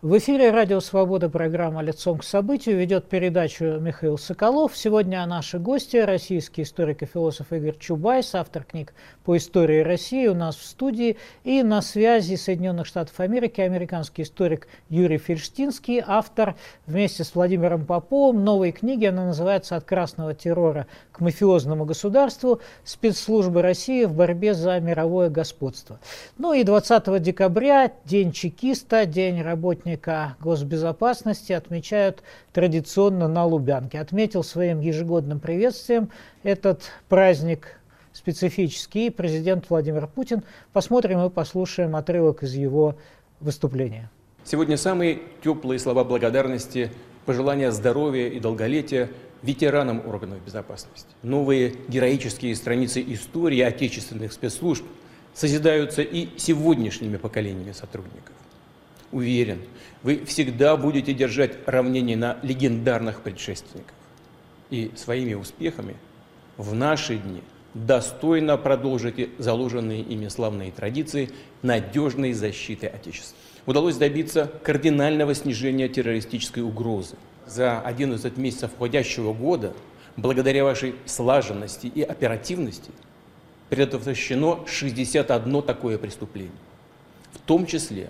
В эфире «Радио Свобода», программа «Лицом к событию», ведет передачу Михаил Соколов. Сегодня наши гости – российский историк и философ Игорь Чубайс, автор книг по истории России, у нас в студии. И на связи из Соединенных Штатов Америки американский историк Юрий Фельштинский, автор вместе с Владимиром Поповым новой книги. Она называется «От красного террора к мафиозному государству. Спецслужбы России в борьбе за мировое господство». Ну и 20 декабря, День чекиста, День работника госбезопасности, отмечают традиционно на Лубянке. Отметил своим ежегодным приветствием этот праздник специфический президент Владимир Путин. Посмотрим и послушаем отрывок из его выступления. Сегодня самые теплые слова благодарности, пожелания здоровья и долголетия ветеранам органов безопасности. Новые героические страницы истории отечественных спецслужб созидаются и сегодняшними поколениями сотрудников. Уверен, вы всегда будете держать равнение на легендарных предшественников. И своими успехами в наши дни достойно продолжите заложенные ими славные традиции надежной защиты Отечества. Удалось добиться кардинального снижения террористической угрозы. За 11 месяцев уходящего года, благодаря вашей слаженности и оперативности, предотвращено 61 такое преступление, в том числе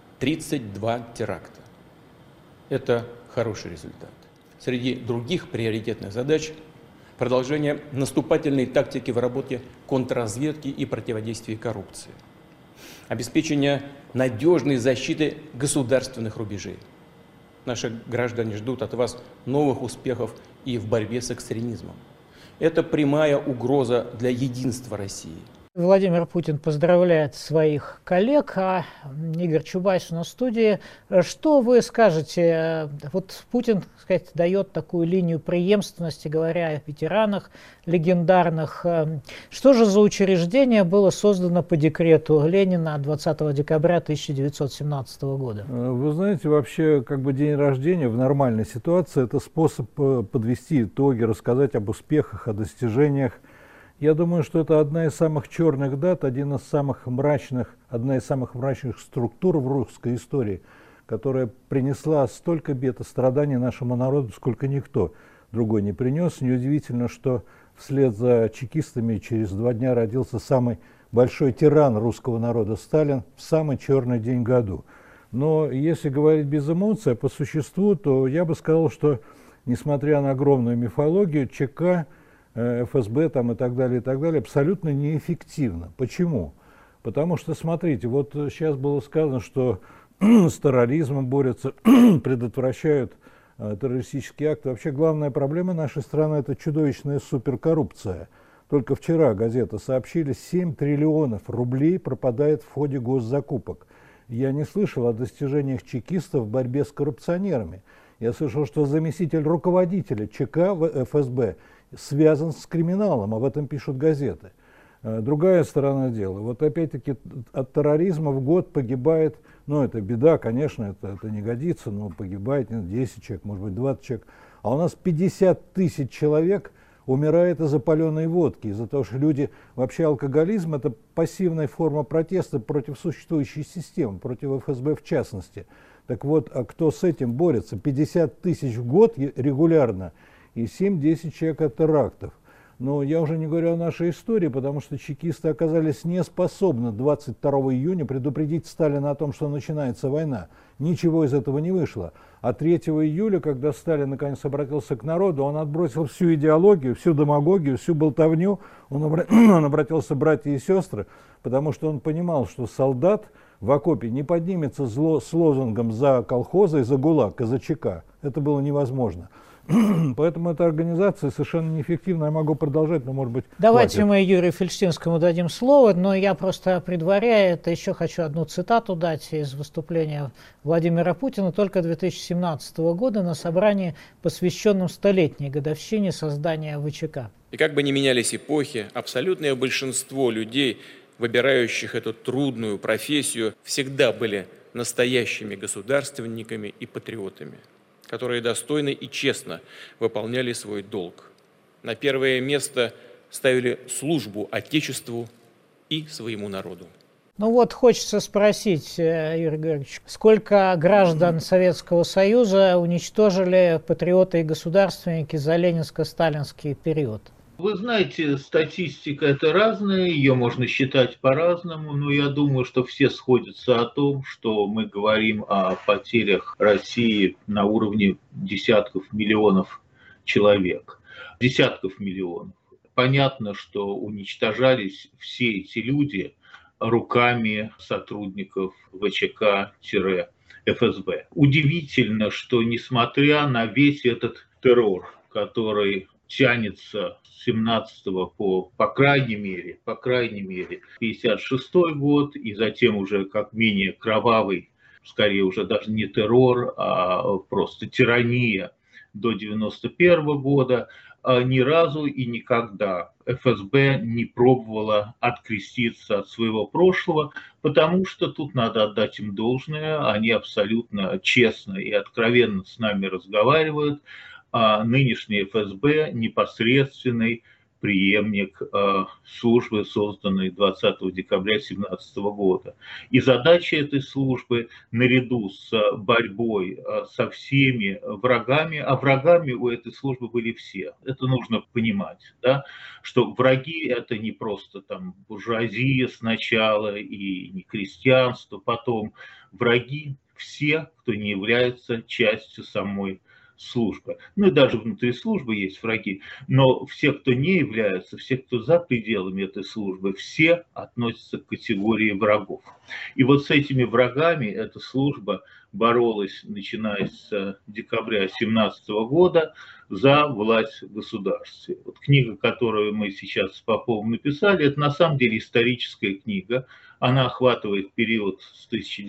32 теракта. Это хороший результат. Среди других приоритетных задач – продолжение наступательной тактики в работе контрразведки и противодействия коррупции, обеспечение надежной защиты государственных рубежей. Наши граждане ждут от вас новых успехов и в борьбе с экстремизмом. Это прямая угроза для единства России. Владимир Путин поздравляет своих коллег, а Игорь Чубайс у нас в студии. Что вы скажете? Вот Путин, так сказать, дает такую линию преемственности, говоря о ветеранах легендарных. Что же за учреждение было создано по декрету Ленина 20 декабря 1917 года? Вы знаете, вообще, день рождения в нормальной ситуации – это способ подвести итоги, рассказать об успехах, о достижениях. Я думаю, что это одна из самых черных дат, одна из самых мрачных структур в русской истории, которая принесла столько бед и страданий нашему народу, сколько никто другой не принес. Неудивительно, что вслед за чекистами через 2 дня родился самый большой тиран русского народа Сталин в самый черный день году. Но если говорить без эмоций, а по существу, то я бы сказал, что несмотря на огромную мифологию, ЧК, ФСБ там и так далее, абсолютно неэффективно. Почему? Потому что, смотрите, вот сейчас было сказано, что с терроризмом борются, предотвращают террористические акты. Вообще главная проблема нашей страны – это чудовищная суперкоррупция. Только вчера газета сообщили, 7 триллионов рублей пропадает в ходе госзакупок. Я не слышал о достижениях чекистов в борьбе с коррупционерами. Я слышал, что заместитель руководителя ЧК ФСБ связан с криминалом, об этом пишут газеты. Другая сторона дела. Вот опять-таки от терроризма в год погибает, это беда, конечно, это не годится, но погибает 10 человек, может быть 20 человек. А у нас 50 тысяч человек умирает из-за паленой водки, из-за того, что люди... Вообще алкоголизм – это пассивная форма протеста против существующей системы, против ФСБ в частности. Так вот, а кто с этим борется? 50 тысяч в год регулярно и 7-10 человек от терактов. Но я уже не говорю о нашей истории, потому что чекисты оказались не способны 22 июня предупредить Сталина о том, что начинается война. Ничего из этого не вышло. А 3 июля, когда Сталин наконец обратился к народу, он отбросил всю идеологию, всю демагогию, всю болтовню. Он обратился братья и сестры, потому что он понимал, что солдат в окопе не поднимется с лозунгом за колхозы, за ГУЛАГ и за ЧК. Это было невозможно. Поэтому эта организация совершенно неэффективна. Я могу продолжать, но, может быть, давайте хватит. Мы Юрию Фельштинскому дадим слово, но я просто, предваряя это, еще хочу одну цитату дать из выступления Владимира Путина только 2017 года на собрании, посвященном 100-летней годовщине создания ВЧК. И как бы ни менялись эпохи, абсолютное большинство людей, выбирающих эту трудную профессию, всегда были настоящими государственниками и патриотами, которые достойно и честно выполняли свой долг. На первое место ставили службу Отечеству и своему народу. Ну вот хочется спросить, Юрий Георгиевич, сколько граждан Советского Союза уничтожили патриоты и государственники за ленинско-сталинский период? Вы знаете, статистика это разная, ее можно считать по-разному, но я думаю, что все сходятся о том, что мы говорим о потерях России на уровне десятков миллионов человек. Десятков миллионов. Понятно, что уничтожались все эти люди руками сотрудников ВЧК-ФСБ. Удивительно, что несмотря на весь этот террор, который тянется с 17 по крайней мере, 56 год, и затем уже как менее кровавый, скорее уже даже не террор, а просто тирания до 91 года, ни разу и никогда ФСБ не пробовала откреститься от своего прошлого, потому что тут надо отдать им должное, они абсолютно честно и откровенно с нами разговаривают, а нынешний ФСБ непосредственный преемник службы, созданной 20 декабря 2017 года. И задача этой службы наряду с борьбой со всеми врагами, а врагами у этой службы были все. Это нужно понимать, да? Что враги это не просто там буржуазия сначала и не крестьянство потом. Враги все, кто не является частью самой службы. Ну и даже внутри службы есть враги, но все, кто не являются, все, кто за пределами этой службы, все относятся к категории врагов. И вот с этими врагами эта служба боролась, начиная с декабря 2017 года, за власть в государстве. Вот книга, которую мы сейчас с Поповым написали, это на самом деле историческая книга. Она охватывает период с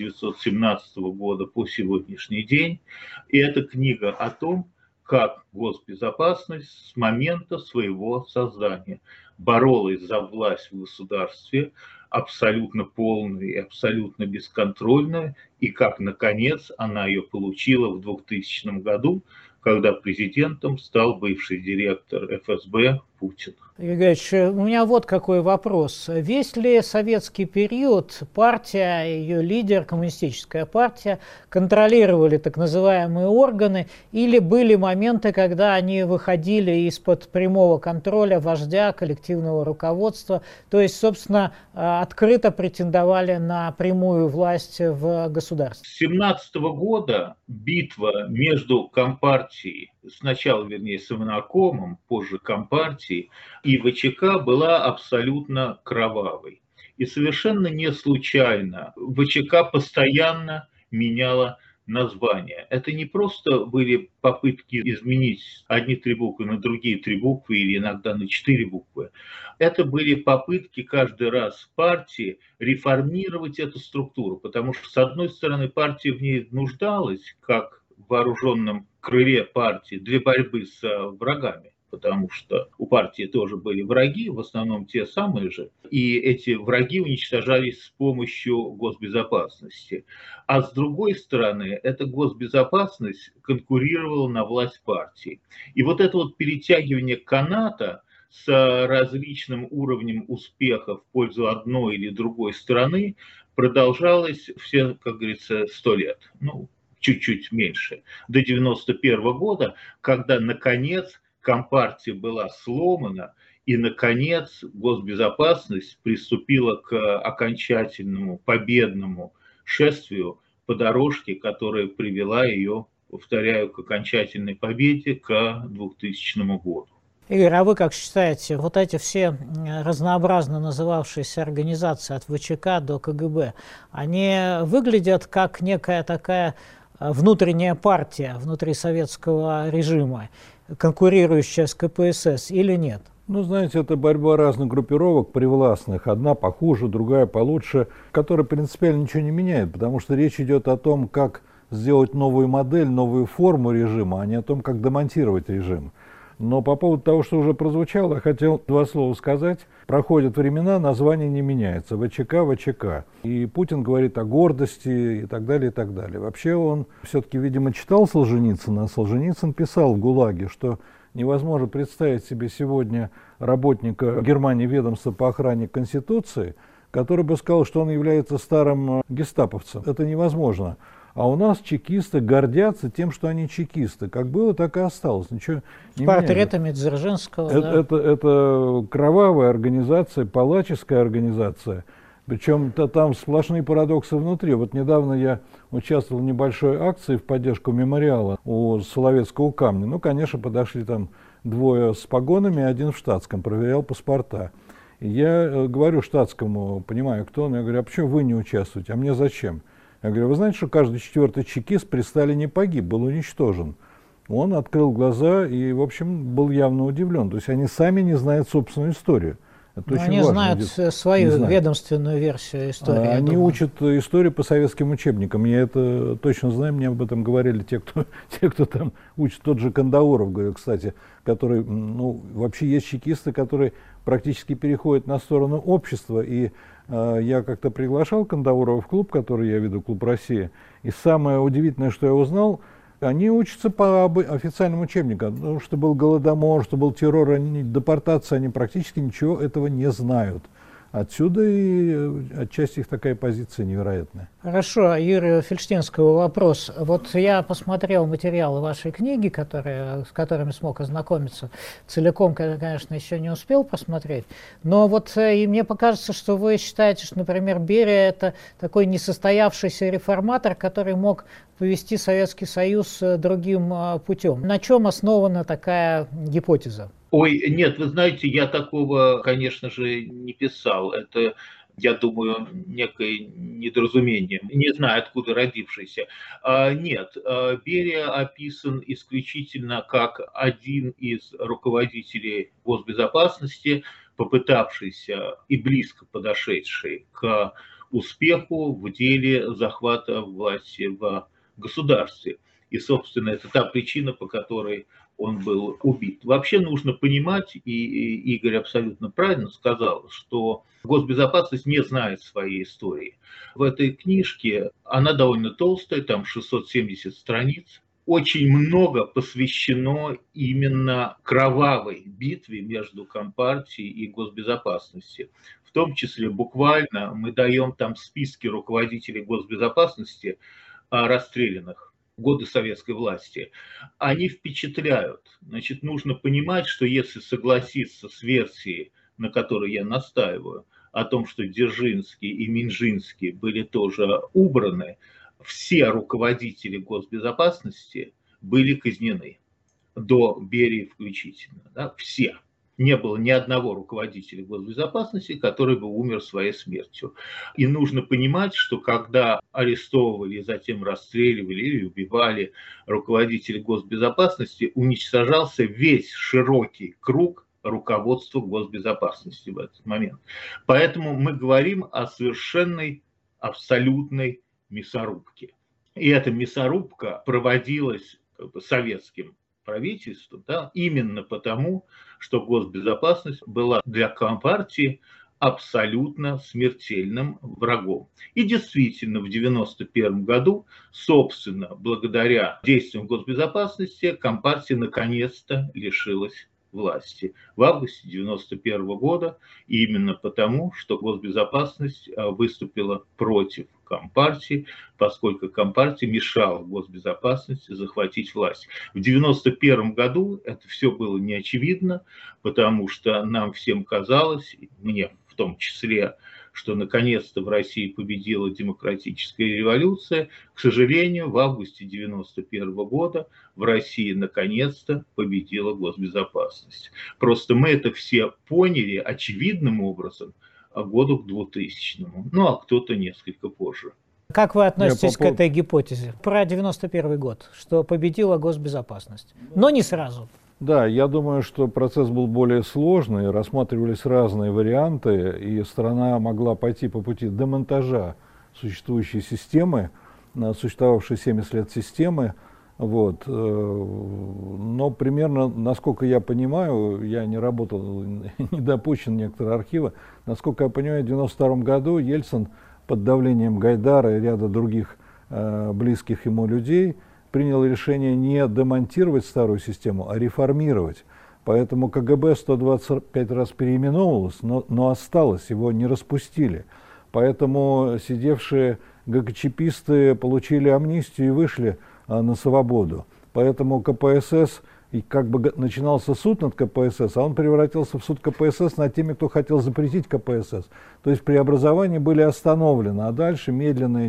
1917 года по сегодняшний день. И это книга о том, как госбезопасность с момента своего создания боролась за власть в государстве, абсолютно полную и абсолютно бесконтрольную, и как, наконец, она ее получила в 2000 году, когда президентом стал бывший директор ФСБ Путин. Юрий Георгиевич, у меня вот какой вопрос. Весь ли советский период партия, ее лидер, коммунистическая партия, контролировали так называемые органы, или были моменты, когда они выходили из-под прямого контроля вождя, коллективного руководства, то есть, собственно, открыто претендовали на прямую власть в государстве? С 1917 года битва между Компартией, сначала, вернее, Совнаркомом, позже Компартией, и ВЧК была абсолютно кровавой. И совершенно не случайно ВЧК постоянно меняла название. Это не просто были попытки изменить одни 3 буквы на другие 3 буквы или иногда на 4 буквы. Это были попытки каждый раз партии реформировать эту структуру, потому что, с одной стороны, партия в ней нуждалась, как в вооруженном крыле партии, для борьбы с врагами, потому что у партии тоже были враги, в основном те самые же, и эти враги уничтожались с помощью госбезопасности. А с другой стороны, эта госбезопасность конкурировала на власть партии. И вот это вот перетягивание каната с различным уровнем успеха в пользу одной или другой стороны продолжалось все, как говорится, 100 лет. Ну, чуть-чуть меньше. До 1991 года, когда, наконец, Компартия была сломана, и, наконец, госбезопасность приступила к окончательному победному шествию по дорожке, которая привела ее, повторяю, к окончательной победе к 2000 году. Игорь, а вы как считаете, вот эти все разнообразно называвшиеся организации от ВЧК до КГБ, они выглядят как некая такая внутренняя партия внутри советского режима, конкурирующая с КПСС, или нет? Ну, знаете, это борьба разных группировок привластных. Одна похуже, другая получше, которая принципиально ничего не меняет, потому что речь идет о том, как сделать новую модель, новую форму режима, а не о том, как демонтировать режим. Но по поводу того, что уже прозвучало, я хотел 2 слова сказать. Проходят времена, название не меняется. ВЧК, ВЧК. И Путин говорит о гордости и так далее, и так далее. Вообще он все-таки, видимо, читал Солженицына, а Солженицын писал в ГУЛАГе, что невозможно представить себе сегодня работника Германии ведомства по охране Конституции, который бы сказал, что он является старым гестаповцем. Это невозможно. А у нас чекисты гордятся тем, что они чекисты. Как было, так и осталось. Ничего не портретами Дзержинского. Это кровавая организация, палаческая организация. Причем там сплошные парадоксы внутри. Вот недавно я участвовал в небольшой акции в поддержку мемориала у Соловецкого камня. Ну, конечно, подошли там двое с погонами, один в штатском, проверял паспорта. И я говорю штатскому, понимаю, кто он, я говорю, а почему вы не участвуете, а мне зачем? Я говорю, вы знаете, что каждый четвертый чекист при Сталине погиб, был уничтожен. Он открыл глаза и, в общем, был явно удивлен. То есть они сами не знают собственную историю. Это очень они важно. Знают свою ведомственную версию истории. Они учат историю по советским учебникам. Я это точно знаю, мне об этом говорили те, кто там учит. Тот же Кандауров, говорю, кстати, который, ну, вообще есть чекисты, которые практически переходят на сторону общества. И я как-то приглашал Кандаурова в клуб, который я веду, Клуб России. И самое удивительное, что я узнал, они учатся по официальным учебникам. Ну, что был Голодомор, что был террор, депортация, они практически ничего этого не знают. Отсюда и отчасти их такая позиция невероятная. Хорошо, Юрию Фельштинскому вопрос. Вот я посмотрел материалы вашей книги, с которыми смог ознакомиться. Целиком, конечно, еще не успел посмотреть. Но вот и мне покажется, что вы считаете, что, например, Берия – это такой несостоявшийся реформатор, который мог повести Советский Союз другим путем. На чем основана такая гипотеза? Ой, нет, вы знаете, я такого, конечно же, не писал. Это, я думаю, некое недоразумение. Не знаю, откуда родившийся. Нет, Берия описан исключительно как один из руководителей госбезопасности, попытавшийся и близко подошедший к успеху в деле захвата власти в государстве. И, собственно, это та причина, по которой он был убит. Вообще нужно понимать, и Игорь абсолютно правильно сказал, что госбезопасность не знает своей истории. В этой книжке, она довольно толстая, там 670 страниц, очень много посвящено именно кровавой битве между Компартией и госбезопасностью. В том числе буквально мы даем там списки руководителей госбезопасности, расстрелянных в годы советской власти, они впечатляют. Значит, нужно понимать, что если согласиться с версией, на которой я настаиваю, о том, что Дзержинский и Минжинский были тоже убраны, все руководители госбезопасности были казнены, до Берии включительно, да, все. Не было ни одного руководителя госбезопасности, который бы умер своей смертью. И нужно понимать, что когда арестовывали, затем расстреливали или убивали руководителей госбезопасности, уничтожался весь широкий круг руководства госбезопасности в этот момент. Поэтому мы говорим о совершенной, абсолютной мясорубке. И эта мясорубка проводилась советским правительством, да, именно потому, что госбезопасность была для Компартии абсолютно смертельным врагом. И действительно, в 1991 году, собственно, благодаря действиям госбезопасности, Компартия наконец-то лишилась власти в августе 1991 года, именно потому, что госбезопасность выступила против Компартии, поскольку Компартия мешала госбезопасности захватить власть. В 1991 году это все было неочевидно, потому что нам всем казалось, мне в том числе, что наконец-то в России победила демократическая революция. К сожалению, в августе 1991 года в России наконец-то победила госбезопасность. Просто мы это все поняли очевидным образом году к 2000-му, ну а кто-то несколько позже. Как вы относитесь к этой гипотезе про 91 год, что победила госбезопасность, но не сразу? Да, я думаю, что процесс был более сложный, рассматривались разные варианты, и страна могла пойти по пути демонтажа существующей системы, существовавшей 70 лет системы. Вот. Но примерно, насколько я понимаю, я не работал, не допущен некоторые архивы, насколько я понимаю, в 1992 году Ельцин под давлением Гайдара и ряда других близких ему людей принял решение не демонтировать старую систему, а реформировать. Поэтому КГБ 125 раз переименовывалось, но осталось, его не распустили. Поэтому сидевшие ГКЧПисты получили амнистию и вышли на свободу. Поэтому КПСС, и как бы начинался суд над КПСС, а он превратился в суд КПСС над теми, кто хотел запретить КПСС. То есть преобразования были остановлены, а дальше медленная,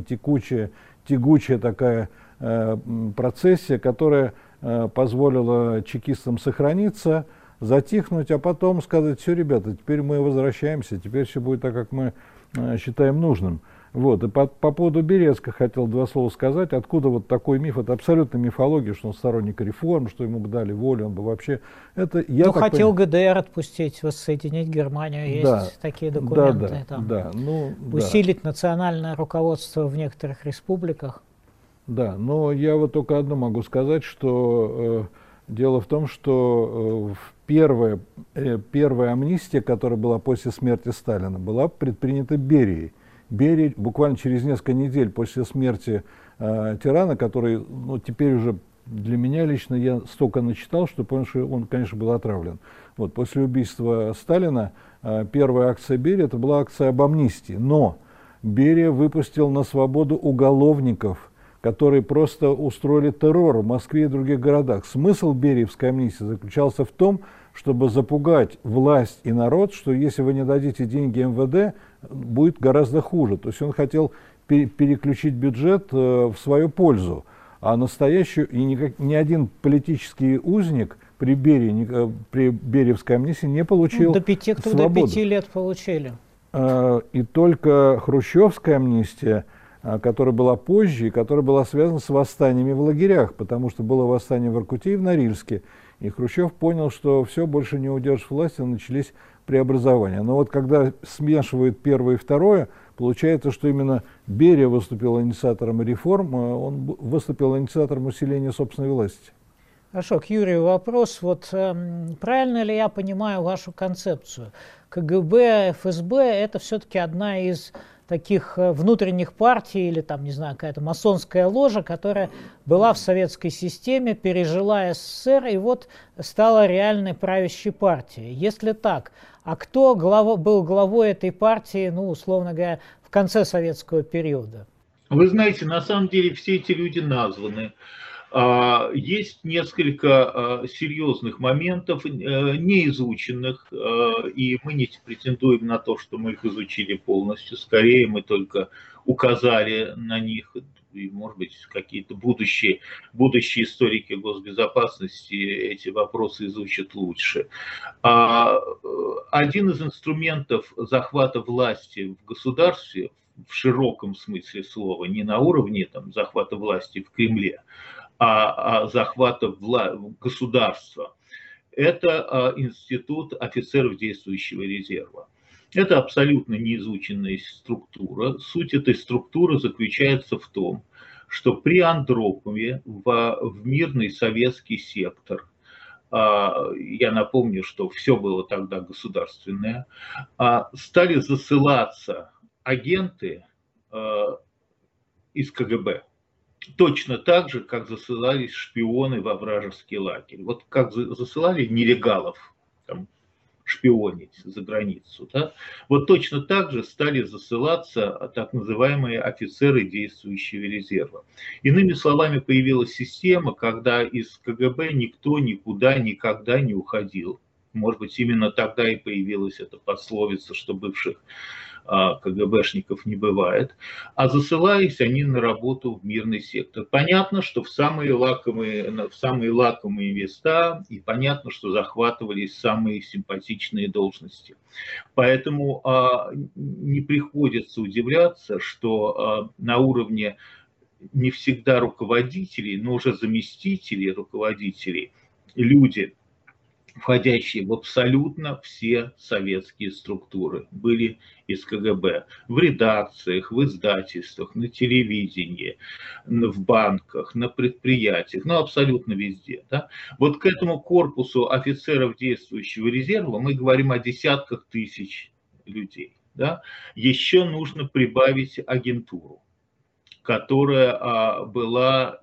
тягучая такая процессия, которая позволила чекистам сохраниться, затихнуть, а потом сказать: все, ребята, теперь мы возвращаемся, теперь все будет так, как мы считаем нужным. Вот. И по поводу Березка хотел два слова сказать. Откуда вот такой миф? Это абсолютно мифология, что он сторонник реформ, что ему бы дали волю, он бы вообще... Это, ну, хотел ГДР отпустить, воссоединить Германию, есть такие документы. Усилить национальное руководство в некоторых республиках. Да, но я вот только одно могу сказать, что дело в том, что первая амнистия, которая была после смерти Сталина, была предпринята Берией. Берия буквально через несколько недель после смерти тирана, который, ну, теперь уже для меня лично, я столько начитал, что понял, что он, конечно, был отравлен. Вот, после убийства Сталина первая акция Берии, это была акция об амнистии. Но Берия выпустил на свободу уголовников, которые просто устроили террор в Москве и других городах. Смысл Бериевской амнистии заключался в том, чтобы запугать власть и народ, что если вы не дадите деньги МВД, будет гораздо хуже. То есть он хотел переключить бюджет в свою пользу. А настоящую, и ни один политический узник при Бериевской амнистии не получил свободу. До 5 лет получили. И только хрущевская амнистия, которая была позже, и которая была связана с восстаниями в лагерях, потому что было восстание в Воркуте и в Норильске. И Хрущев понял, что все, больше не удержишь власти, начались преобразования. Но вот когда смешивают первое и второе, получается, что именно Берия выступил инициатором реформ, он выступил инициатором усиления собственной власти. Хорошо, к Юрию вопрос. Вот правильно ли я понимаю вашу концепцию? КГБ, ФСБ – это все-таки одна из таких внутренних партий или там, не знаю, какая-то масонская ложа, которая была в советской системе, пережила СССР и вот стала реальной правящей партией. Если так, а кто был главой этой партии, ну, условно говоря, в конце советского периода? Вы знаете, на самом деле все эти люди названы. Есть несколько серьезных моментов, не изученных, и мы не претендуем на то, что мы их изучили полностью. Скорее, мы только указали на них, и, может быть, какие-то будущие историки госбезопасности эти вопросы изучат лучше. Один из инструментов захвата власти в государстве, в широком смысле слова, не на уровне там, захвата власти в Кремле, а захвата государства, это институт офицеров действующего резерва. Это абсолютно неизученная структура. Суть этой структуры заключается в том, что при Андропове в мирный советский сектор, я напомню, что все было тогда государственное, стали засылаться агенты из КГБ. Точно так же, как засылались шпионы во вражеский лагерь. Вот как засылали нелегалов там, шпионить за границу. Да? Вот точно так же стали засылаться так называемые офицеры действующего резерва. Иными словами, появилась система, когда из КГБ никто никуда никогда не уходил. Может быть, именно тогда и появилась эта пословица, что бывших КГБшников не бывает, а засылались они на работу в мирный сектор. Понятно, что в самые лакомые места, и понятно, что захватывались самые симпатичные должности. Поэтому не приходится удивляться, что на уровне не всегда руководителей, но уже заместителей руководителей, люди, входящие в абсолютно все советские структуры, были из КГБ. В редакциях, в издательствах, на телевидении, в банках, на предприятиях, ну абсолютно везде. Да? Вот к этому корпусу офицеров действующего резерва мы говорим о десятках тысяч людей. Да? Еще нужно прибавить агентуру, которая была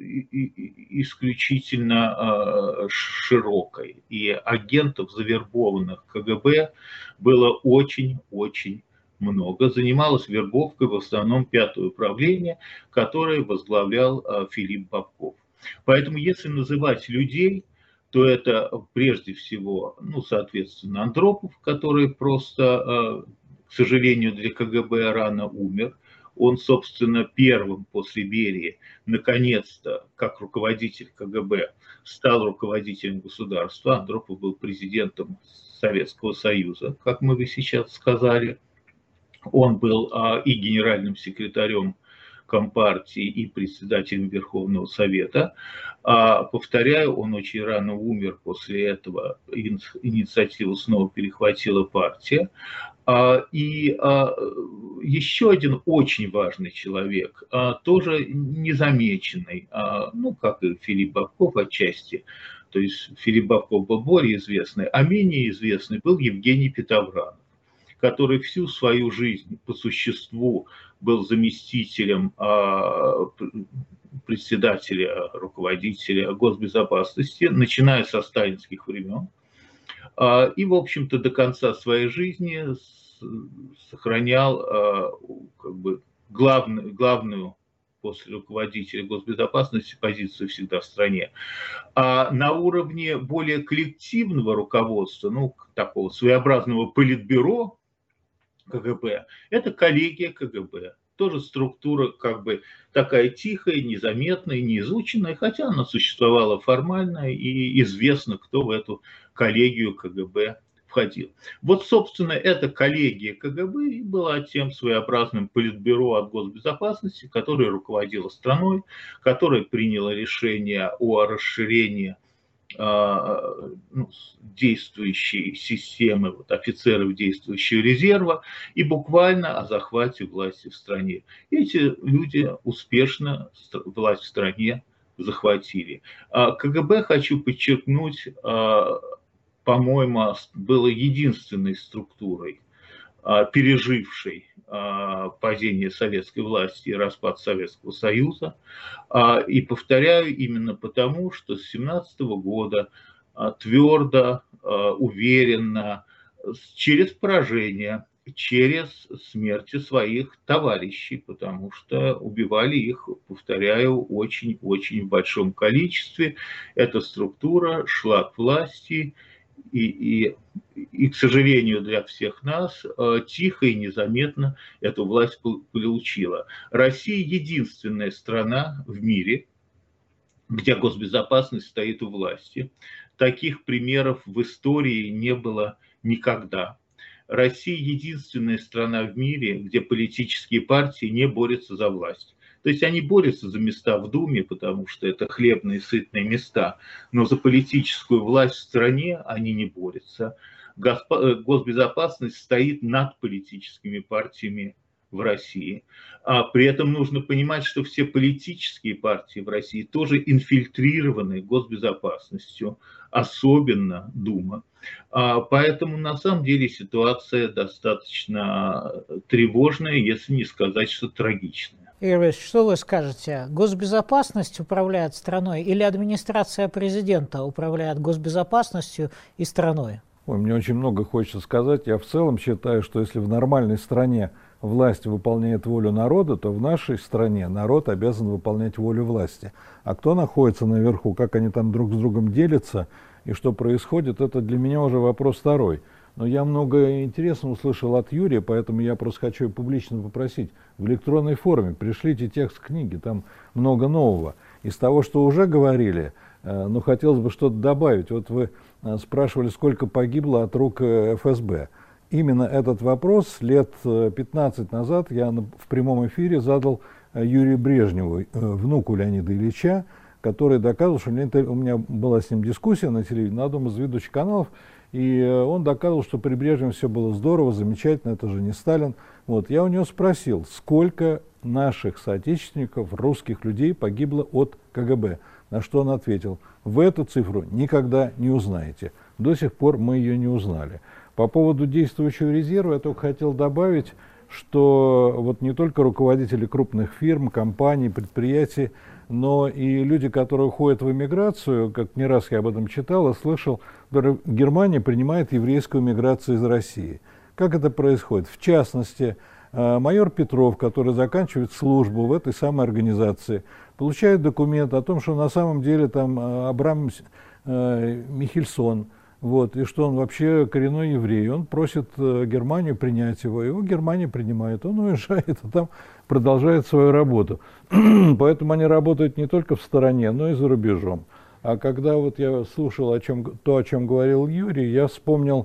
исключительно широкой. И агентов, завербованных КГБ, было очень-очень много. Занималось вербовкой в основном 5-е управление, которое возглавлял Филипп Бобков. Поэтому если называть людей, то это прежде всего, ну, соответственно, Андропов, который просто, к сожалению, для КГБ рано умер. Он, собственно, первым после Берии, наконец-то, как руководитель КГБ, стал руководителем государства. Андропов был президентом Советского Союза, как мы сейчас сказали. Он был и генеральным секретарем Компартии и председателем Верховного Совета. Повторяю, он очень рано умер, после этого инициативу снова перехватила партия. И еще один очень важный человек, тоже незамеченный, ну, как и Филипп Бобков отчасти, то есть Филипп Бобков был более известный, а менее известный был Евгений Петовранов, который всю свою жизнь по существу был заместителем председателя, руководителя госбезопасности, начиная со сталинских времен. И, в общем-то, до конца своей жизни сохранял как бы главную после руководителя госбезопасности позицию всегда в стране. А на уровне более коллективного руководства, ну, такого своеобразного политбюро КГБ, это коллегия КГБ. Тоже структура как бы такая тихая, незаметная, неизученная, хотя она существовала формально и известно, кто в эту коллегию КГБ входил. Вот, собственно, эта коллегия КГБ и была тем своеобразным политбюро от госбезопасности, которое руководило страной, которое приняло решение о расширении действующей системы офицеров действующего резерва и буквально о захвате власти в стране. Эти люди успешно власть в стране захватили. КГБ, хочу подчеркнуть, по-моему, было единственной структурой, пережившей падение советской власти и распад Советского Союза. И повторяю, именно потому, что с 1917 года твердо, уверенно, через поражение, через смерти своих товарищей, потому что убивали их, повторяю, очень-очень в большом количестве. Эта структура шла к власти, и, к сожалению для всех нас, тихо и незаметно эту власть получила. Россия единственная страна в мире, где госбезопасность стоит у власти. Таких примеров в истории не было никогда. Россия единственная страна в мире, где политические партии не борются за власть. То есть они борются за места в Думе, потому что это хлебные, сытные места, но за политическую власть в стране они не борются. Госбезопасность стоит над политическими партиями в России. При этом нужно понимать, что все политические партии в России тоже инфильтрированы госбезопасностью, особенно Дума. Поэтому на самом деле ситуация достаточно тревожная, если не сказать, что трагичная. Игорь Борисович, что вы скажете? Госбезопасность управляет страной или администрация президента управляет госбезопасностью и страной? Ой, мне очень много хочется сказать. Я в целом считаю, что если в нормальной стране власть выполняет волю народа, то в нашей стране народ обязан выполнять волю власти. А кто находится наверху, как они там друг с другом делятся и что происходит, это для меня уже вопрос второй. Но я много интересного услышал от Юрия, поэтому я просто хочу публично попросить в электронной форме пришлите текст книги, там много нового. Из того, что уже говорили, но хотелось бы что-то добавить. Вот вы спрашивали, сколько погибло от рук ФСБ. Именно этот вопрос лет 15 назад я в прямом эфире задал Юрию Брежневу, внуку Леонида Ильича, который доказывал, что у меня была с ним дискуссия на телевидении, на одном из ведущих каналов, и он доказывал, что при Брежневе все было здорово, замечательно, это же не Сталин. Вот, я у него спросил, сколько наших соотечественников, русских людей погибло от КГБ. На что он ответил, вы эту цифру никогда не узнаете. До сих пор мы ее не узнали. По поводу действующего резерва я только хотел добавить, что вот не только руководители крупных фирм, компаний, предприятий, но и люди, которые уходят в эмиграцию, как не раз я об этом читал и слышал, Германия принимает еврейскую миграцию из России. Как это происходит? В частности, майор Петров, который заканчивает службу в этой самой организации, получает документ о том, что на самом деле там Абрам Михельсон, вот, и что он вообще коренной еврей. Он просит Германию принять его Германия принимает. Он уезжает, а там продолжает свою работу. Поэтому они работают не только в стороне, но и за рубежом. А когда вот я слушал о чем говорил Юрий, я вспомнил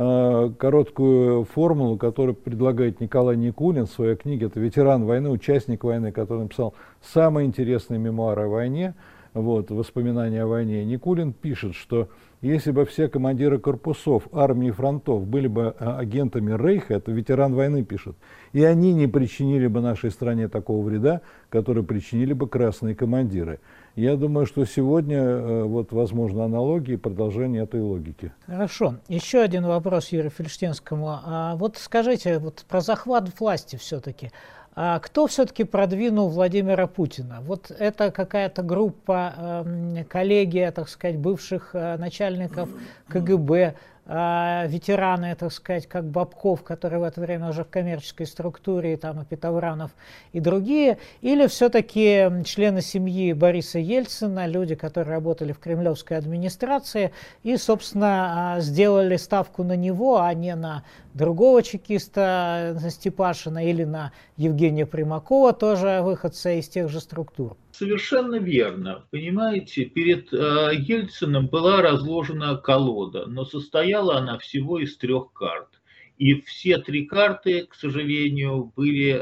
короткую формулу, которую предлагает Николай Никулин в своей книге. Это ветеран войны, участник войны, который написал самые интересные мемуары о войне, вот, воспоминания о войне. Никулин пишет, что если бы все командиры корпусов, армий и фронтов были бы агентами Рейха, это ветеран войны пишет, и они не причинили бы нашей стране такого вреда, который причинили бы красные командиры. Я думаю, что сегодня вот возможно аналогии и продолжение этой логики. Хорошо. Еще один вопрос Юрию Фельштинскому. Вот скажите вот про захват власти все-таки. Кто все-таки продвинул Владимира Путина? Вот это какая-то группа, коллегия, так сказать, бывших начальников КГБ, ветераны, так сказать, как Бабков, который в это время уже в коммерческой структуре, там и Петовранов и другие, или все-таки члены семьи Бориса Ельцина, люди, которые работали в кремлевской администрации и, собственно, сделали ставку на него, а не на другого чекиста, на Степашина, или на Евгения Примакова, тоже выходца из тех же структур. Совершенно верно. Понимаете, перед Ельциным была разложена колода, но состояла она всего из 3 карт. И все 3 карты, к сожалению, были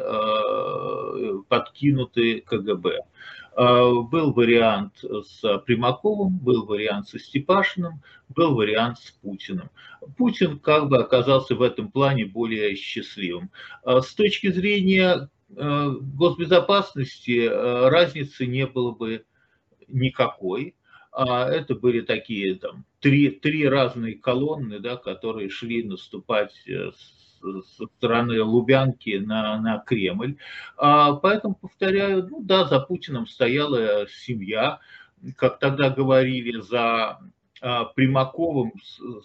подкинуты КГБ. Был вариант с Примаковым, был вариант со Степашиным, был вариант с Путиным. Путин как бы оказался в этом плане более счастливым. С точки зрения госбезопасности разницы не было бы никакой. Это были такие там, три разные колонны, да, которые шли наступать со стороны Лубянки на Кремль. Поэтому, повторяю, ну да, за Путиным стояла семья, как тогда говорили, за Примаковым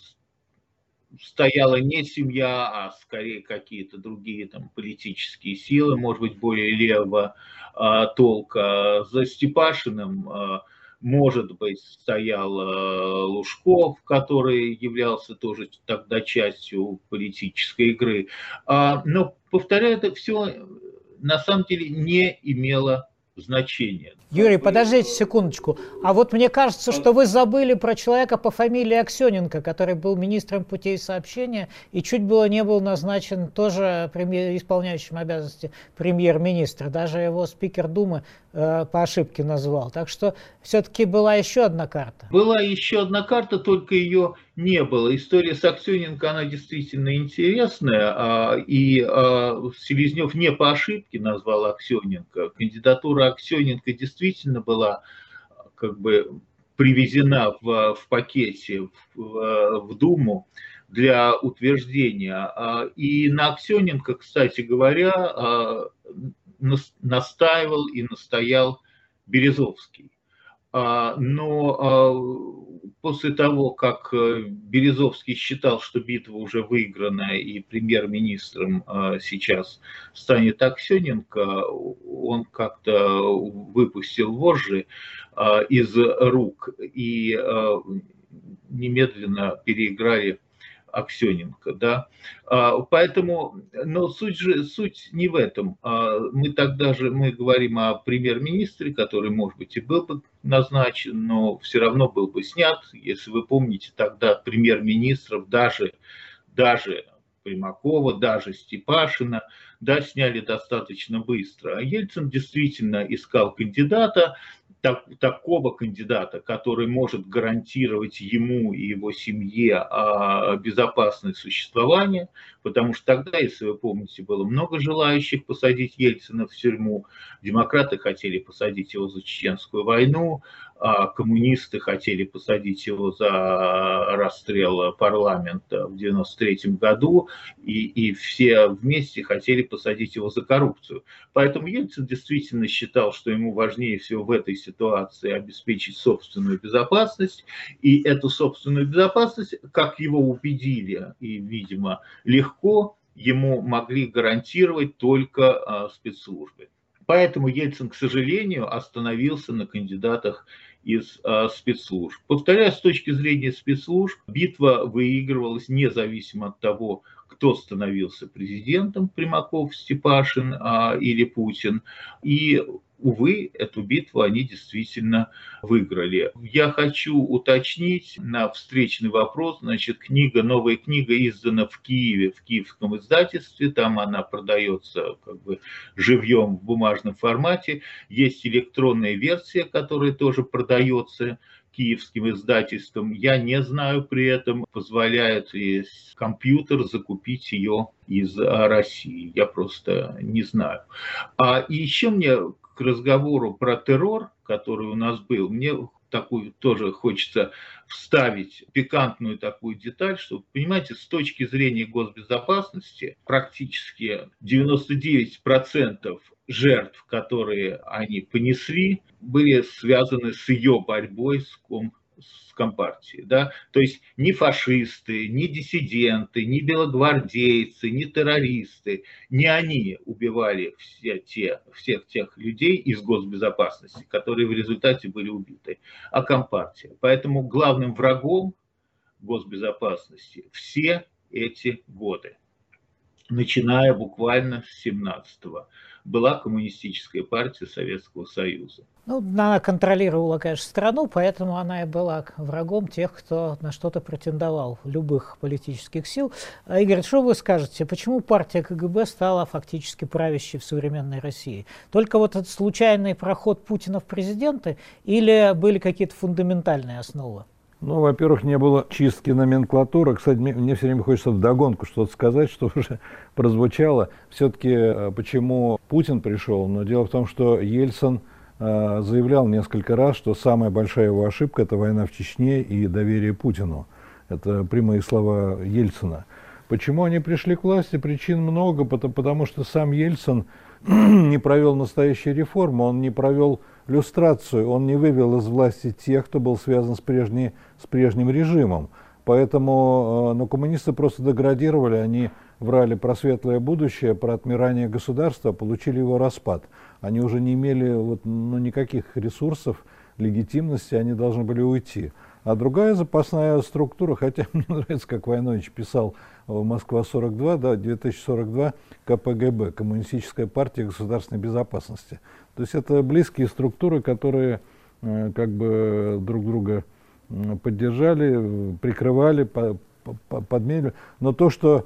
стояла не семья, а скорее какие-то другие там политические силы, может быть, более левого толка. За Степашиным, может быть, стоял Лужков, который являлся тоже тогда частью политической игры. Но, повторяю, это все на самом деле не имело значения. Юрий, подождите секундочку. А вот мне кажется, что вы забыли про человека по фамилии Аксененко, который был министром путей сообщения и чуть было не был назначен тоже исполняющим обязанности премьер-министра. Даже его спикер Думы по ошибке назвал. Так что все-таки была еще одна карта. Была еще одна карта, только ее не было. История с Аксененко, она действительно интересная. И Селезнев не по ошибке назвал Аксененко. Кандидатура Аксененко действительно была как бы привезена в пакете в Думу для утверждения. И на Аксененко, кстати говоря, настаивал и настоял Березовский. Но после того, как Березовский считал, что битва уже выиграна и премьер-министром сейчас станет Аксененко, он как-то выпустил вожжи из рук и немедленно переиграли Аксененко, да, поэтому, но суть не в этом. Мы говорим о премьер-министре, который, может быть, и был бы назначен, но все равно был бы снят. Если вы помните, тогда премьер-министров даже Примакова, даже Степашина, да, сняли достаточно быстро. А Ельцин действительно искал кандидата, такого кандидата, который может гарантировать ему и его семье безопасное существование, потому что тогда, если вы помните, было много желающих посадить Ельцина в тюрьму, демократы хотели посадить его за Чеченскую войну, коммунисты хотели посадить его за расстрел парламента в 1993 году, и все вместе хотели посадить его за коррупцию. Поэтому Ельцин действительно считал, что ему важнее всего в этой ситуации обеспечить собственную безопасность, и эту собственную безопасность, как его убедили, и, видимо, легко, ему могли гарантировать только спецслужбы. Поэтому Ельцин, к сожалению, остановился на кандидатах из спецслужб. Повторяю, с точки зрения спецслужб, битва выигрывалась независимо от того, кто становился президентом, Примаков, Степашин или Путин. И, увы, эту битву они действительно выиграли. Я хочу уточнить на встречный вопрос. Значит, новая книга издана в Киеве, в киевском издательстве. Там она продается как бы живьем в бумажном формате. Есть электронная версия, которая тоже продается киевским издательством. Я не знаю при этом, позволяет ли компьютер закупить ее из России. Я просто не знаю. И еще мне к разговору про террор, который у нас был, мне такую тоже хочется вставить пикантную такую деталь, что, понимаете, с точки зрения госбезопасности практически 99% жертв, которые они понесли, были связаны с ее борьбой с Компартией. Да? То есть ни фашисты, ни диссиденты, ни белогвардейцы, ни террористы, не они убивали всех тех людей из госбезопасности, которые в результате были убиты, а Компартия. Поэтому главным врагом госбезопасности все эти годы, начиная буквально с 17-го, была Коммунистическая партия Советского Союза. Ну, она контролировала, конечно, страну, поэтому она и была врагом тех, кто на что-то претендовал, любых политических сил. Игорь, что вы скажете, почему партия КГБ стала фактически правящей в современной России? Только вот этот случайный проход Путина в президенты или были какие-то фундаментальные основы? Ну, во-первых, не было чистки номенклатуры. Кстати, мне все время хочется вдогонку что-то сказать, что уже прозвучало. Все-таки почему Путин пришел? Но дело в том, что Ельцин заявлял несколько раз, что самая большая его ошибка – это война в Чечне и доверие Путину. Это прямые слова Ельцина. Почему они пришли к власти? Причин много, потому что сам Ельцин не провел настоящую реформу, он не провел люстрацию, он не вывел из власти тех, кто был связан с прежним режимом. Поэтому коммунисты просто деградировали, они врали про светлое будущее, про отмирание государства, получили его распад. Они уже не имели никаких ресурсов, легитимности, они должны были уйти. А другая запасная структура, хотя мне нравится, как Войнович писал в «Москва-42», да, 2042, КПГБ, Коммунистическая партия государственной безопасности. То есть это близкие структуры, которые как бы друг друга поддержали, прикрывали, подменили. Но то, что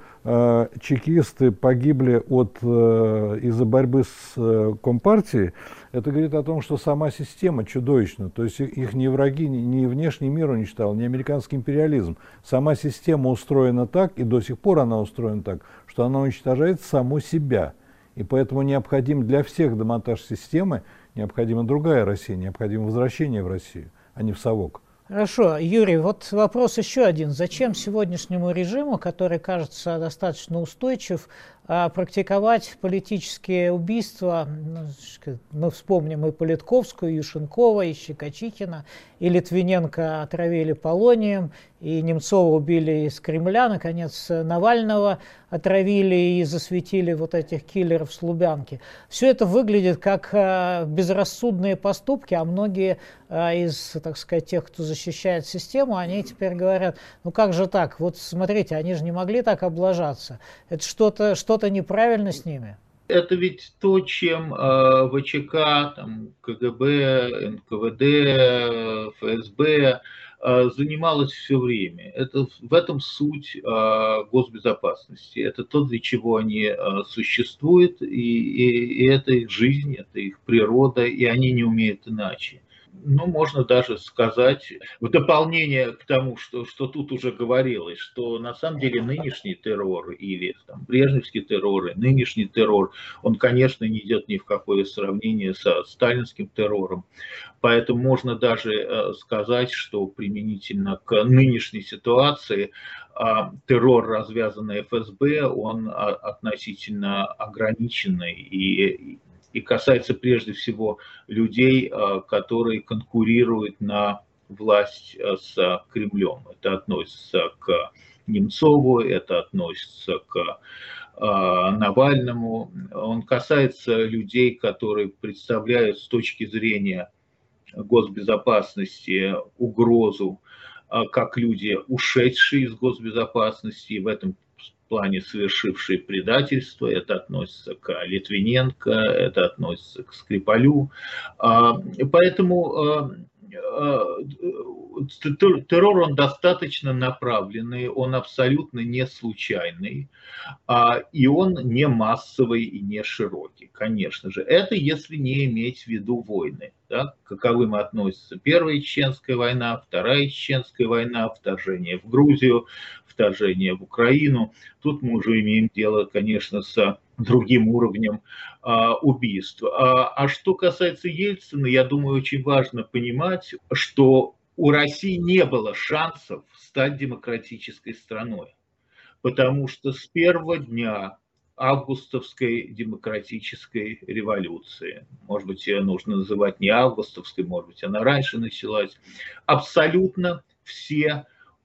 чекисты погибли из-за борьбы с Компартией, это говорит о том, что сама система чудовищна. То есть их не враги, ни внешний мир уничтожал, ни американский империализм. Сама система устроена так, и до сих пор она устроена так, что она уничтожает саму себя. И поэтому необходим для всех демонтаж системы, необходима другая Россия, необходимо возвращение в Россию, а не в совок. Хорошо, Юрий, вот вопрос еще один. Зачем сегодняшнему режиму, который кажется достаточно устойчив, практиковать политические убийства? Мы вспомним и Политковскую, и Юшенкова, и Щекочихина, и Литвиненко отравили полонием, и Немцова убили из Кремля, наконец Навального отравили и засветили вот этих киллеров с Лубянки. Все это выглядит как безрассудные поступки, а многие из, так сказать, тех, кто защищает систему, они теперь говорят, ну как же так, вот смотрите, они же не могли так облажаться, это что-то неправильно с ними. Это ведь то, чем ВЧК, КГБ, НКВД, ФСБ занималась все время. В этом суть госбезопасности. Это то, для чего они существуют, и это их жизнь, это их природа, и они не умеют иначе. Ну, можно даже сказать, в дополнение к тому, что тут уже говорилось, что на самом деле нынешний террор или там, брежневский террор и нынешний террор, он, конечно, не идет ни в какое сравнение со сталинским террором. Поэтому можно даже сказать, что применительно к нынешней ситуации террор, развязанный ФСБ, он относительно ограниченный и касается прежде всего людей, которые конкурируют на власть с Кремлем. Это относится к Немцову, это относится к Навальному. Он касается людей, которые представляют с точки зрения госбезопасности угрозу, как люди, ушедшие из госбезопасности, и в этом плане совершившие предательство. Это относится к Литвиненко, это относится к Скрипалю. Поэтому террор, он достаточно направленный, он абсолютно не случайный, и он не массовый и не широкий, конечно же. Это если не иметь в виду войны, да, к каковым относятся Первая Чеченская война, Вторая Чеченская война, вторжение в Грузию, вторжение в Украину. Тут мы уже имеем дело, конечно, с другим уровнем убийств. А что касается Ельцина, я думаю, очень важно понимать, что у России не было шансов стать демократической страной, потому что с первого дня августовской демократической революции, может быть, ее нужно называть не августовской, может быть, она раньше началась, абсолютно все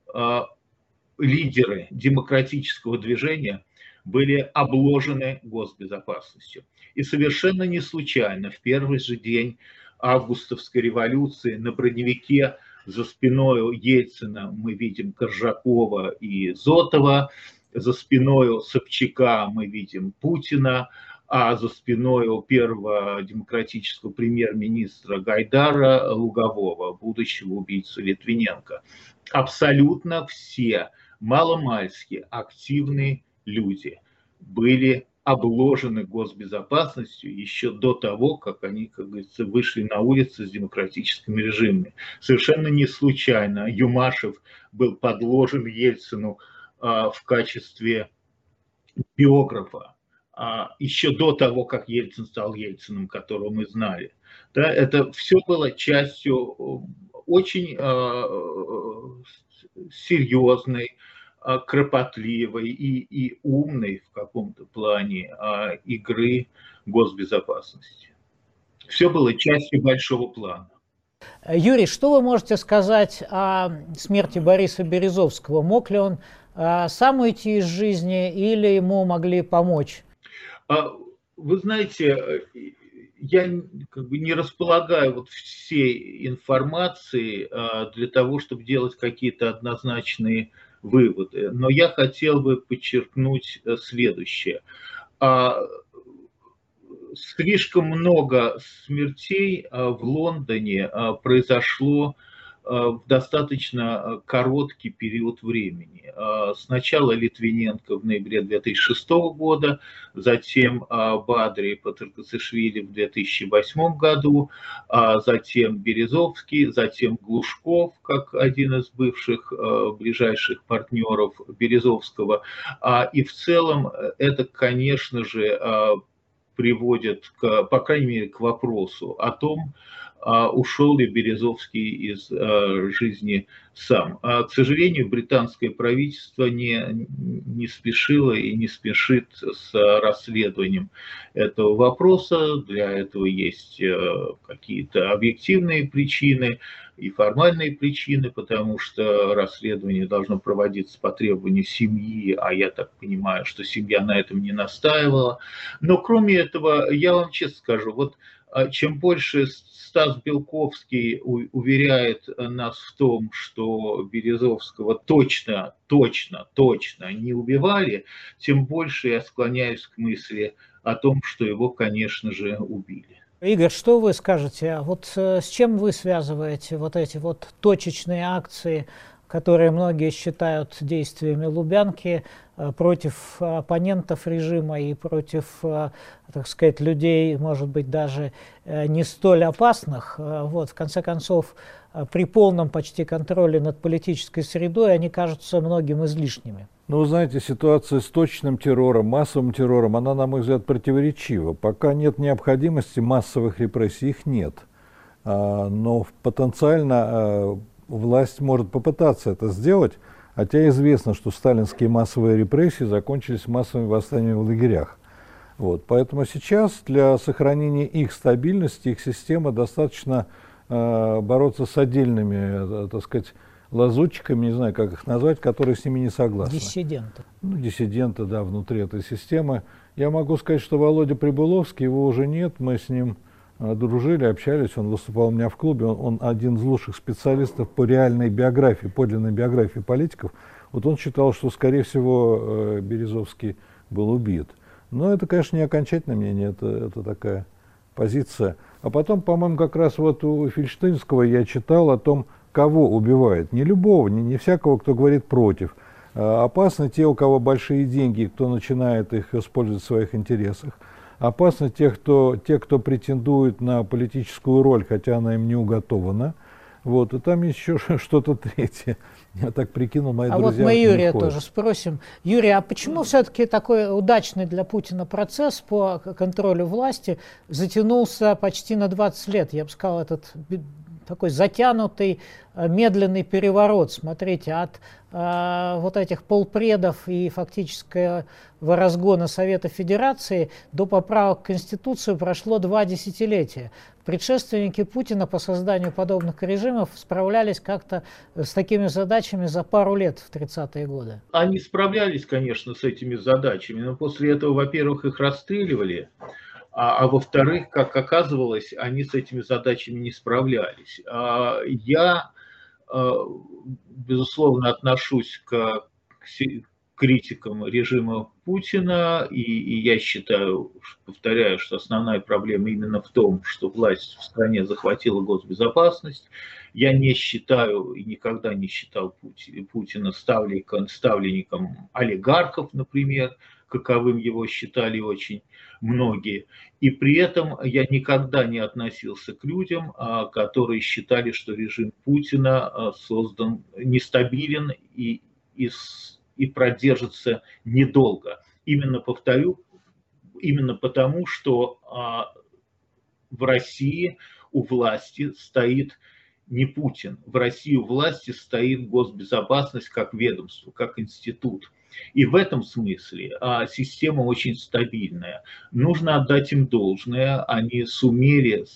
лидеры демократического движения были обложены госбезопасностью. И совершенно не случайно в первый же день августовской революции на броневике за спиной Ельцина мы видим Коржакова и Зотова, за спиной Собчака мы видим Путина, а за спиной первого демократического премьер-министра Гайдара Лугового, будущего убийцу Литвиненко. Абсолютно все маломальски активные люди были обложены госбезопасностью еще до того, как они, как говорится, вышли на улицы с демократическими режимами. Совершенно не случайно Юмашев был подложен Ельцину в качестве биографа еще до того, как Ельцин стал Ельциным, которого мы знали. Да, это все было частью очень серьезной, кропотливой и умной в каком-то плане игры госбезопасности. Все было частью большого плана. Юрий, что вы можете сказать о смерти Бориса Березовского? Мог ли он сам уйти из жизни или ему могли помочь? Вы знаете, я как бы не располагаю вот всей информацией для того, чтобы делать какие-то однозначные выводы. Но я хотел бы подчеркнуть следующее. Слишком много смертей в Лондоне произошло в достаточно короткий период времени. Сначала Литвиненко в ноябре 2006 года, затем Бадри и Патрикасишвили в 2008 году, затем Березовский, затем Глушков, как один из бывших ближайших партнеров Березовского. И в целом это, конечно же, приводит, по крайней мере, к вопросу о том, ушел ли Березовский из жизни сам. К сожалению, британское правительство не спешило и не спешит с расследованием этого вопроса. Для этого есть какие-то объективные причины и формальные причины, потому что расследование должно проводиться по требованию семьи, а я так понимаю, что семья на этом не настаивала. Но кроме этого, я вам честно скажу, вот чем больше Стас Белковский уверяет нас в том, что Березовского точно не убивали, тем больше я склоняюсь к мысли о том, что его, конечно же, убили. Игорь, что вы скажете? Вот с чем вы связываете вот эти вот точечные акции которые многие считают действиями Лубянки против оппонентов режима и против, так сказать, людей, может быть, даже не столь опасных. Вот, в конце концов, при полном почти контроле над политической средой они кажутся многим излишними. Ну, вы знаете, ситуация с точным террором, массовым террором, она, на мой взгляд, противоречива. Пока нет необходимости массовых репрессий, их нет. Но потенциально власть может попытаться это сделать, хотя известно, что сталинские массовые репрессии закончились массовыми восстаниями в лагерях. Вот. Поэтому сейчас для сохранения их стабильности, их системы достаточно бороться с отдельными, так сказать, лазутчиками, не знаю, как их назвать, которые с ними не согласны. Диссиденты. Ну, диссиденты, да, внутри этой системы. Я могу сказать, что Володя Прибыловский, его уже нет, мы с ним дружили, общались, он выступал у меня в клубе, он один из лучших специалистов по реальной биографии, подлинной биографии политиков. Вот он считал, что, скорее всего, Березовский был убит. Но это, конечно, не окончательное мнение, это такая позиция. А потом, по-моему, как раз вот у Фельштинского я читал о том, кого убивают. Не любого, не всякого, кто говорит против. Опасны те, у кого большие деньги, кто начинает их использовать в своих интересах. Опасны те, кто претендует на политическую роль, хотя она им не уготована. Вот, и там есть еще что-то третье. Я так прикинул, мои друзья. Вот мы Юрия тоже спросим. Юрий, а почему все-таки такой удачный для Путина процесс по контролю власти затянулся почти на 20 лет? Я бы сказал, этот такой затянутый, медленный переворот. Смотрите, от вот этих полпредов и фактического разгона Совета Федерации до поправок в Конституцию прошло 2 десятилетия. Предшественники Путина по созданию подобных режимов справлялись как-то с такими задачами за пару лет в 30-е годы. Они справлялись, конечно, с этими задачами, но после этого, во-первых, их расстреливали, а во-вторых, как оказывалось, они с этими задачами не справлялись. Я, безусловно, отношусь к критикам режима Путина, и я считаю, повторяю, что основная проблема именно в том, что власть в стране захватила госбезопасность. Я не считаю и никогда не считал Путина ставленником олигархов, например, каковым его считали очень многие. И при этом я никогда не относился к людям, которые считали, что режим Путина создан нестабилен и продержится недолго. Именно, повторю, именно потому, что в России у власти стоит не Путин. В России у власти стоит госбезопасность как ведомство, как институт. И в этом смысле система очень стабильная. Нужно отдать им должное. Они сумели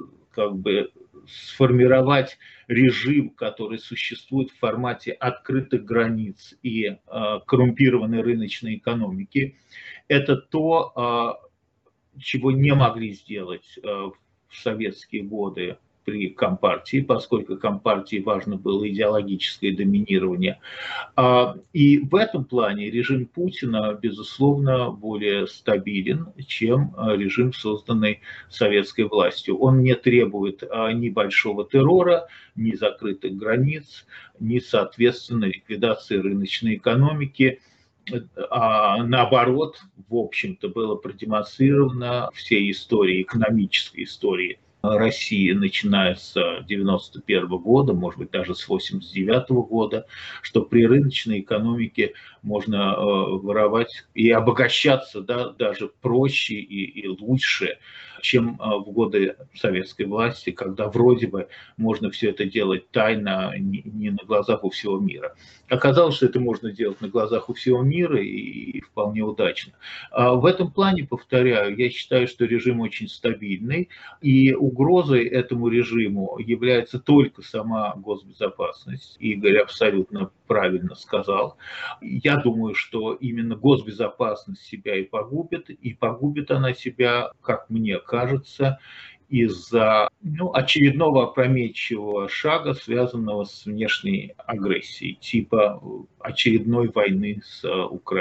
сформировать режим, который существует в формате открытых границ и коррумпированной рыночной экономики. Это то, чего не могли сделать в советские годы при Компартии, поскольку Компартии важно было идеологическое доминирование. И в этом плане режим Путина, безусловно, более стабилен, чем режим, созданный советской властью. Он не требует ни большого террора, ни закрытых границ, ни, соответственно, ликвидации рыночной экономики. А наоборот, в общем-то, было продемонстрировано всей истории, экономической истории России, начиная с 1991 года, может быть, даже с 1989 года, что при рыночной экономике можно воровать и обогащаться, да, даже проще и лучше, чем в годы советской власти, когда вроде бы можно все это делать тайно, не на глазах у всего мира. Оказалось, что это можно делать на глазах у всего мира и вполне удачно. В этом плане, повторяю, я считаю, что режим очень стабильный, и угрозой этому режиму является только сама госбезопасность. Игорь абсолютно правильно сказал. Я думаю, что именно госбезопасность себя и погубит она себя, как мне кажется, из-за очередного опрометчивого шага, связанного с внешней агрессией, типа очередной войны с Украиной.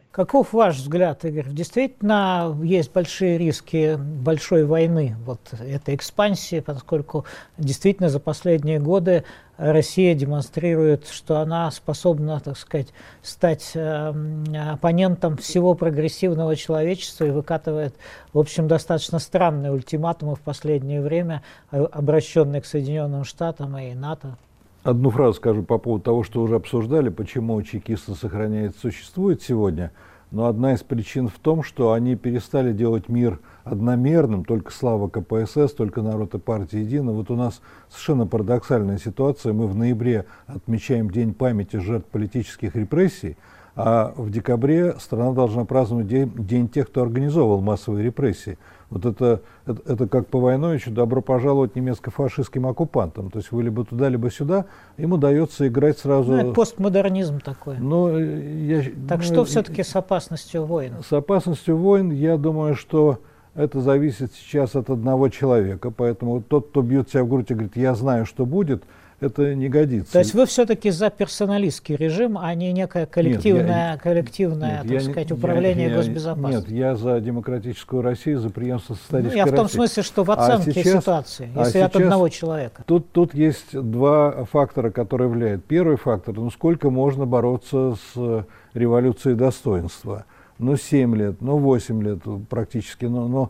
Каков ваш взгляд, Игорь? Действительно, есть большие риски большой войны, вот этой экспансии, поскольку действительно за последние годы Россия демонстрирует, что она способна, так сказать, стать оппонентом всего прогрессивного человечества и выкатывает, в общем, достаточно странные ультиматумы в последнее время, обращенные к Соединенным Штатам и НАТО. Одну фразу скажу по поводу того, что уже обсуждали, почему чекисты существует сегодня. Но одна из причин в том, что они перестали делать мир одномерным, только слава КПСС, только народ и партия едины. Вот у нас совершенно парадоксальная ситуация. Мы в ноябре отмечаем День памяти жертв политических репрессий, а в декабре страна должна праздновать день тех, кто организовывал массовые репрессии. Вот это как по Войновичу «добро пожаловать немецко-фашистским оккупантам». То есть вы либо туда, либо сюда, им удается играть сразу... Ну, это постмодернизм такой. Так что все-таки с опасностью войн? С опасностью войн, я думаю, что это зависит сейчас от одного человека. Поэтому тот, кто бьет себя в грудь и говорит, я знаю, что будет, это не годится. То есть вы все-таки за персоналистский режим, а не некое коллективное, управление госбезопасностью? Нет, я за демократическую Россию, за преемство исторической России. Я в том смысле, что в оценке ситуации, если от одного человека. Тут есть два фактора, которые влияют. Первый фактор, сколько можно бороться с революцией достоинства. 7 лет, 8 лет практически,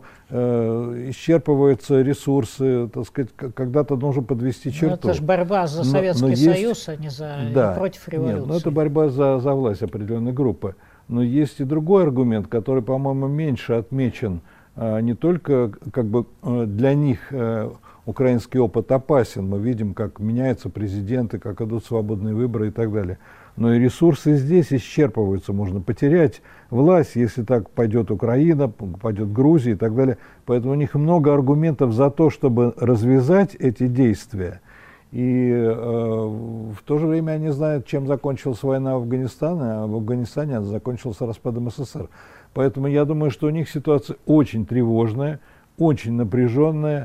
исчерпываются ресурсы, так сказать, когда-то нужно подвести черту. Это же борьба за Советский Союз, а не против революции. Нет, это борьба за власть определенной группы. Но есть и другой аргумент, который, по-моему, меньше отмечен. Не только для них украинский опыт опасен, мы видим, как меняются президенты, как идут свободные выборы и так далее. Но и ресурсы здесь исчерпываются. Можно потерять власть, если так пойдет Украина, пойдет Грузия и так далее. Поэтому у них много аргументов за то, чтобы развязать эти действия. И в то же время они знают, чем закончилась война в Афганистане, а в Афганистане она закончилась распадом СССР. Поэтому я думаю, что у них ситуация очень тревожная, очень напряженная.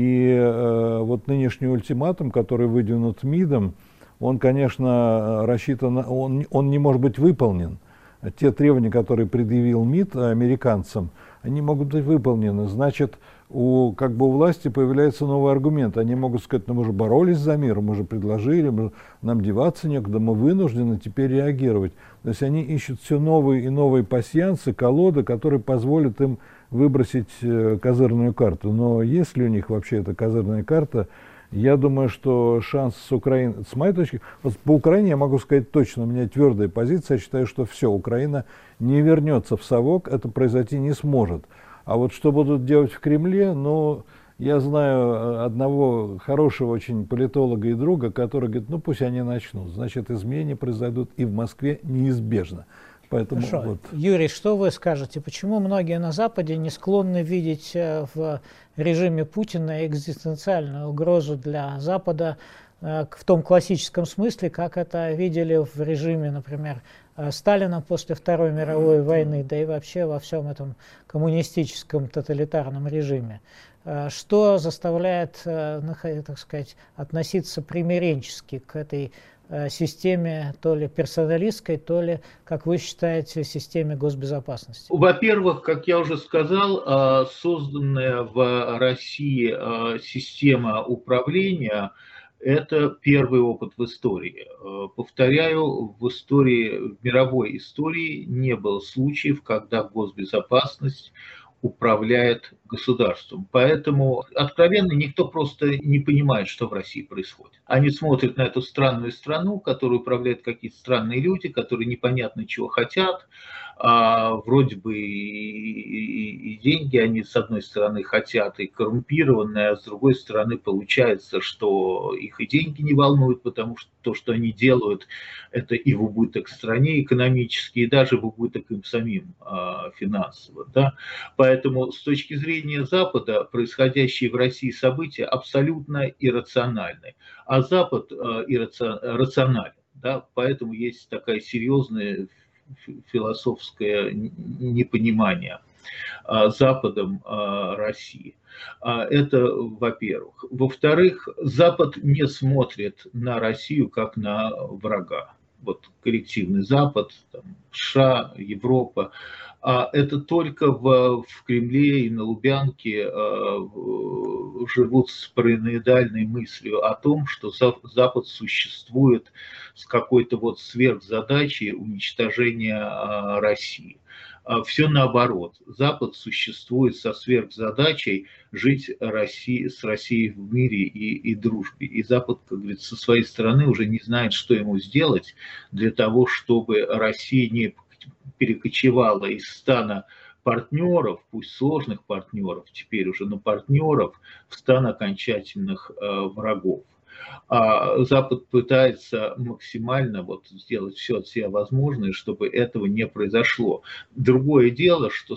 И вот нынешний ультиматум, который выдвинут МИДом, он, конечно, рассчитан, он не может быть выполнен. Те требования, которые предъявил МИД американцам, они могут быть выполнены. Значит, у власти появляется новый аргумент. Они могут сказать, мы же боролись за мир, мы же предложили, нам деваться некуда, мы вынуждены теперь реагировать. То есть они ищут все новые и новые пасьянсы, колоды, которые позволят им выбросить козырную карту. Но есть ли у них вообще эта козырная карта? Я думаю, что шанс с Украиной, с моей точки, вот по Украине я могу сказать точно, у меня твердая позиция, я считаю, что все, Украина не вернется в совок, это произойти не сможет. А вот что будут делать в Кремле, я знаю одного хорошего очень политолога и друга, который говорит, пусть они начнут, значит, изменения произойдут и в Москве неизбежно. Поэтому, хорошо. Юрий, что вы скажете? Почему многие на Западе не склонны видеть в режиме Путина экзистенциальную угрозу для Запада в том классическом смысле, как это видели в режиме, например, Сталина после Второй мировой войны, да и вообще во всем этом коммунистическом тоталитарном режиме? Что заставляет, так сказать, относиться примиренчески к этой системе, то ли персоналистской, то ли, как вы считаете, системе госбезопасности? Во-первых, как я уже сказал, созданная в России система управления – это первый опыт в истории. Повторяю, в мировой истории не было случаев, когда госбезопасность управляет государством. Поэтому откровенно никто просто не понимает, что в России происходит. Они смотрят на эту странную страну, которую управляют какие-то странные люди, которые непонятно чего хотят. Вроде бы и деньги они с одной стороны хотят, и коррумпированные, а с другой стороны получается, что их и деньги не волнуют, потому что то, что они делают, это и в убыток стране экономически, и даже в убыток им самим финансово. Да? Поэтому с точки зрения Запада происходящие в России события абсолютно иррациональны, а Запад рационален. Да? Поэтому есть такая серьезная философское непонимание Западом России. Это во-первых. Во-вторых, Запад не смотрит на Россию как на врага. Вот коллективный Запад, США, Европа. Это только в Кремле и на Лубянке живут с параноидальной мыслью о том, что Запад существует с какой-то вот сверхзадачей уничтожения России. Все наоборот. Запад существует со сверхзадачей жить с Россией в мире и дружбе. И Запад, как говорится, со своей стороны уже не знает, что ему сделать для того, чтобы Россия не перекочевала из стана партнеров, пусть сложных партнеров, теперь уже, но партнеров, в стан окончательных врагов. А Запад пытается максимально вот сделать все от себя возможное, чтобы этого не произошло. Другое дело, что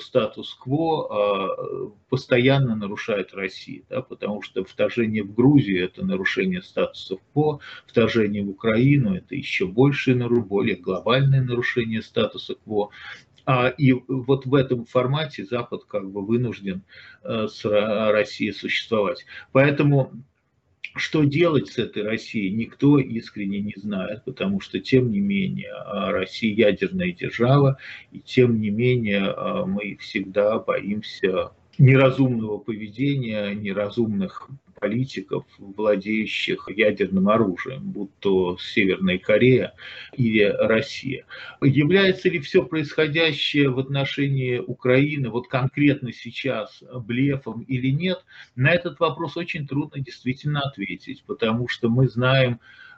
статус-кво постоянно нарушает Россия, да, потому что вторжение в Грузию – это нарушение статуса-кво, вторжение в Украину – это еще большее, более глобальное нарушение статуса-кво. И вот в этом формате Запад как бы вынужден с Россией существовать. Поэтому что делать с этой Россией, никто искренне не знает, потому что, тем не менее, Россия ядерная держава, и тем не менее мы всегда боимся неразумного поведения, неразумных политиков, владеющих ядерным оружием, будь то Северная Корея или Россия. Является ли все происходящее в отношении Украины вот конкретно сейчас блефом или нет? На этот вопрос очень трудно действительно ответить, потому что мы знаем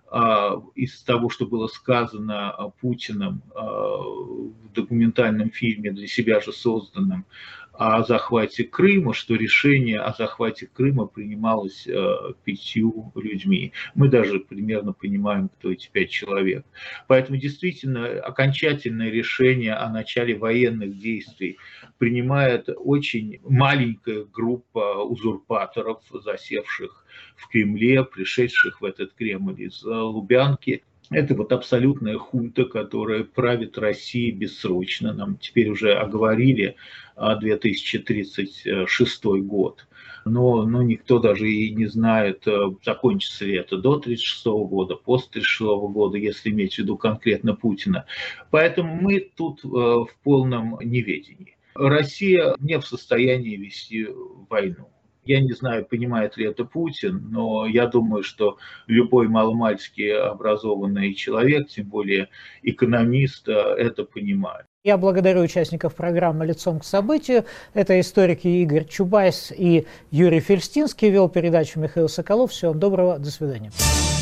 из того, что было сказано Путиным в документальном фильме, для себя же созданном, о захвате Крыма, что решение о захвате Крыма принималось 5 людьми. Мы даже примерно понимаем, кто эти 5 человек. Поэтому действительно окончательное решение о начале военных действий принимает очень маленькая группа узурпаторов, засевших в Кремле, пришедших в этот Кремль из Лубянки. Это вот абсолютная хунта, которая правит Россией бессрочно. Нам теперь уже оговорили 2036 год. Но никто даже и не знает, закончится ли это до 1936 года, после 1936 года, если иметь в виду конкретно Путина. Поэтому мы тут в полном неведении. Россия не в состоянии вести войну. Я не знаю, понимает ли это Путин, но я думаю, что любой маломальски образованный человек, тем более экономист, это понимает. Я благодарю участников программы «Лицом к событию». Это историки Игорь Чубайс и Юрий Фельстинский. Вел передачу Михаил Соколов. Всего вам доброго. До свидания.